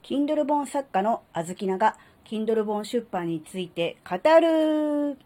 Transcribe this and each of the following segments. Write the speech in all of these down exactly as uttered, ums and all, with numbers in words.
Kindle 本作家のあずきなが Kindle 本出版について語る。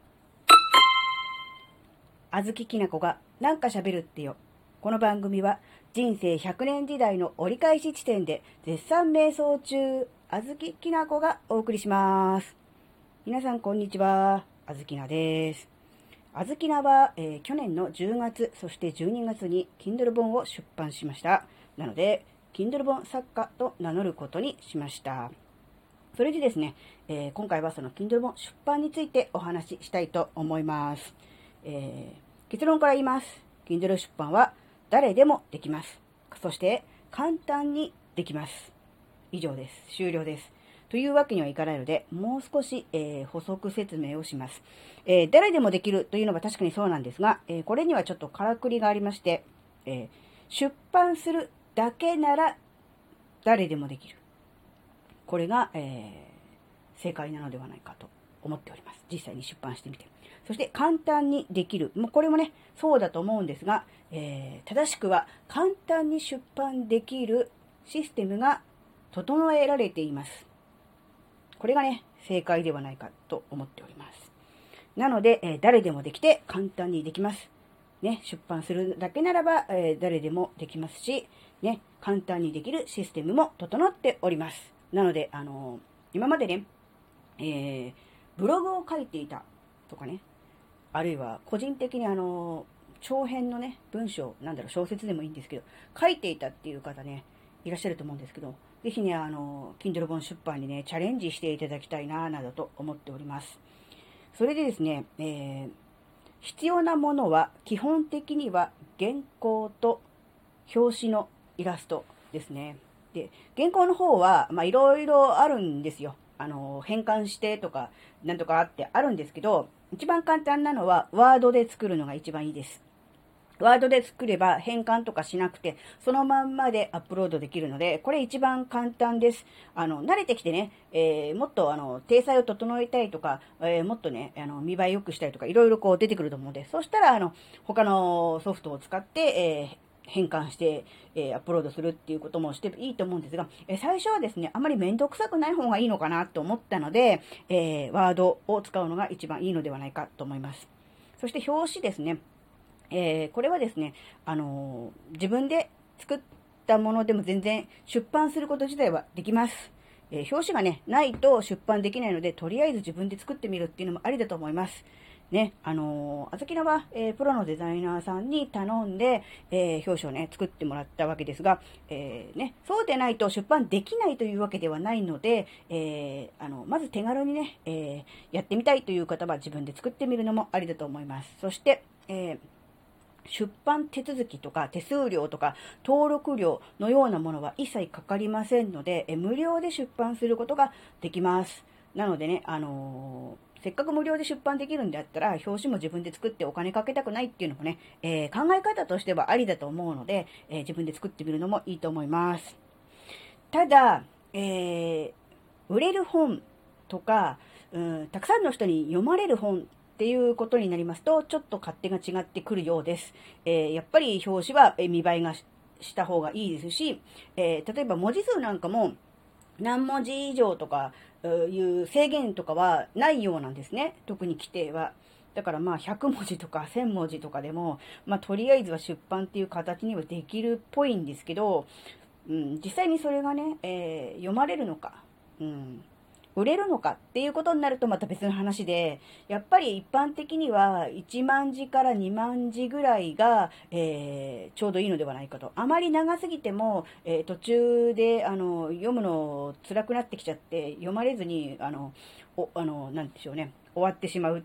あずききなこがなんか喋るってよ。この番組は人生ひゃくねん時代の折り返し地点で絶賛瞑想中、あずききなこがお送りします。皆さんこんにちは。あずきなです。あずきなは、えー、去年のじゅうがつ、そしてじゅうにがつに Kindle 本を出版しました。なので、Kindle 本作家と名乗ることにしました。それでですね、えー、今回はその Kindle 本出版についてお話ししたいと思います。えー、結論から言います。Kindle 出版は誰でもできます。そして簡単にできます。以上です。終了です。というわけにはいかないので、もう少し、えー、補足説明をします。えー、誰でもできるというのは確かにそうなんですが、えー、これにはちょっとからくりがありまして、え出版するだけなら誰でもできる。これが、え正解なのではないかと思っております。実際に出版してみて。そして簡単にできる。もうこれもね、そうだと思うんですが、え正しくは簡単に出版できるシステムが整えられています。これがね、正解ではないかと思っております。なので、えー、誰でもできて簡単にできます。ね、出版するだけならば、えー、誰でもできますし、ね、簡単にできるシステムも整っております。なので、あのー、今までね、えー、ブログを書いていたとかね、あるいは個人的にあのー、長編のね、文章、なんだろう、小説でもいいんですけど、書いていたっていう方ね、いらっしゃると思うんですけど、ぜひね、あの、Kindle 本出版にね、チャレンジしていただきたいな、などと思っております。それでですね、えー、必要なものは、基本的には原稿と表紙のイラストですね。で、原稿の方は、まあ、いろいろあるんですよ。あの、変換してとか、なんとかあってあるんですけど、一番簡単なのは、ワードで作るのが一番いいです。ワードで作れば変換とかしなくて、そのまんまでアップロードできるので、これ一番簡単です。あの、慣れてきてね、えー、もっとあの、体裁を整えたいとか、えー、もっとね、あの、見栄え良くしたいとか、いろいろこう出てくると思うので、そしたら、あの、他のソフトを使って、えー、変換して、えー、アップロードするっていうこともしていいと思うんですが、えー、最初はですね、あまりめんどくさくない方がいいのかなと思ったので、えー、ワードを使うのが一番いいのではないかと思います。そして表紙ですね。えー、これはですね、あのー、自分で作ったものでも全然出版すること自体はできます。えー、表紙がね、ないと出版できないので、とりあえず自分で作ってみるっていうのもありだと思います。ね、あのー、あずきなは、えー、プロのデザイナーさんに頼んで、えー、表紙をね、作ってもらったわけですが、えー、ね、そうでないと出版できないというわけではないので、えー、あの、まず手軽にね、えー、やってみたいという方は自分で作ってみるのもありだと思います。そして、えー出版手続きとか手数料とか登録料のようなものは一切かかりませんので、え無料で出版することができます。なのでね、あのー、せっかく無料で出版できるんであったら、表紙も自分で作ってお金かけたくないっていうのもね、えー、考え方としてはありだと思うので、えー、自分で作ってみるのもいいと思います。ただ、えー、売れる本とか、うん、たくさんの人に読まれる本っていうことになりますと、ちょっと勝手が違ってくるようです。えー、やっぱり表紙は見栄えがした方がいいですし、えー、例えば文字数なんかも何文字以上とかいう制限とかはないようなんですね。特に規定は。だからまあひゃくもじとかせんもじとかでも、まあとりあえずは出版っていう形にはできるっぽいんですけど、うん、実際にそれがね、えー、読まれるのか、うん、売れるのかっていうことになるとまた別の話で、やっぱり一般的にはいちまんじからにまんじぐらいが、えー、ちょうどいいのではないかと。あまり長すぎても、えー、途中であの読むの辛くなってきちゃって読まれずに、あの、おあのなんでしょうね、終わってしまうって、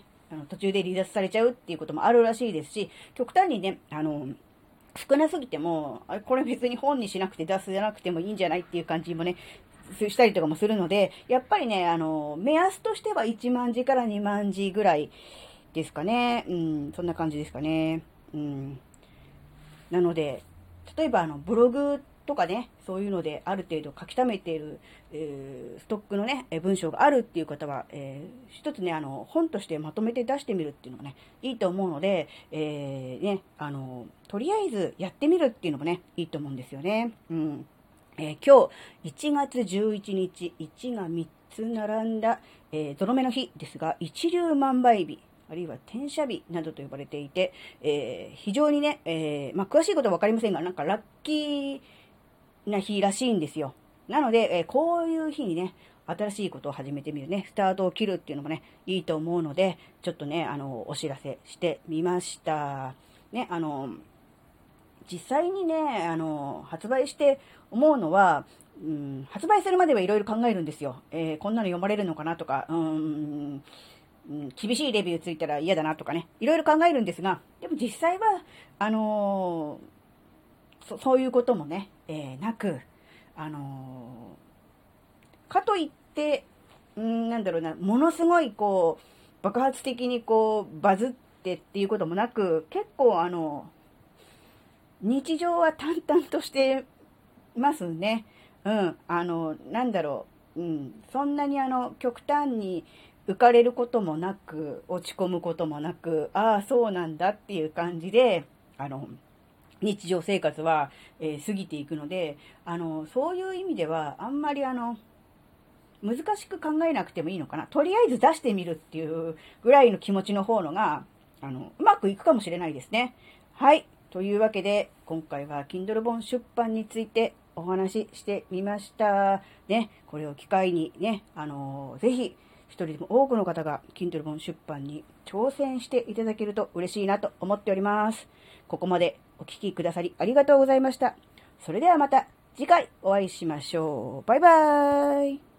あの途中で離脱されちゃうっていうこともあるらしいですし、極端にね、あの、少なすぎても、あれ、これ別に本にしなくて出すじゃなくてもいいんじゃないっていう感じもね、したりとかもするので、やっぱりね、あの、目安としてはいちまんじからにまんじぐらいですかね。うん、そんな感じですかね。うん。なので、例えばあの、ブログとかね、そういうのである程度書き溜めている、えー、ストックのね、文章があるっていう方は、えー、一つね、あの、本としてまとめて出してみるっていうのがね、いいと思うので、えー、ね、あの、とりあえずやってみるっていうのもね、いいと思うんですよね。うん。 えー今日いちがつじゅういちにち、いちがみっつ並んだ、えーゾロ目の日ですが、一粒万倍日、あるいは転写日などと呼ばれていて、えー非常にね、えーまあ、詳しいことはわかりませんが、なんかラッキーな日らしいんですよ。なので、えーこういう日にね、新しいことを始めてみるね、スタートを切るっていうのもね、いいと思うので、ちょっとね、あの、お知らせしてみました。ね、あの、実際にね、あの、発売して思うのは、うん、発売するまではいろいろ考えるんですよ。えーこんなの読まれるのかなとか、うん、うん、厳しいレビューついたら嫌だなとかね、いろいろ考えるんですが、でも実際は、あのーそそういうこともね、えーなく、あのーかといって、うん、なんだろうな、ものすごいこう、爆発的にこう、バズってっていうこともなく、結構あの、日常は淡々としてますね。うん。あの、なんだろう。うん。そんなにあの、極端に浮かれることもなく、落ち込むこともなく、ああ、そうなんだっていう感じで、あの、日常生活は、えー過ぎていくので、あの、そういう意味では、あんまりあの、難しく考えなくてもいいのかな。とりあえず出してみるっていうぐらいの気持ちの方のが、あの、うまくいくかもしれないですね。はい。というわけで、今回は Kindle 本出版についてお話ししてみました。ね、これを機会にね、あのーぜひ、一人でも多くの方が Kindle 本出版に挑戦していただけると嬉しいなと思っております。ここまでお聞きくださりありがとうございました。それではまた次回お会いしましょう。バイバーイ。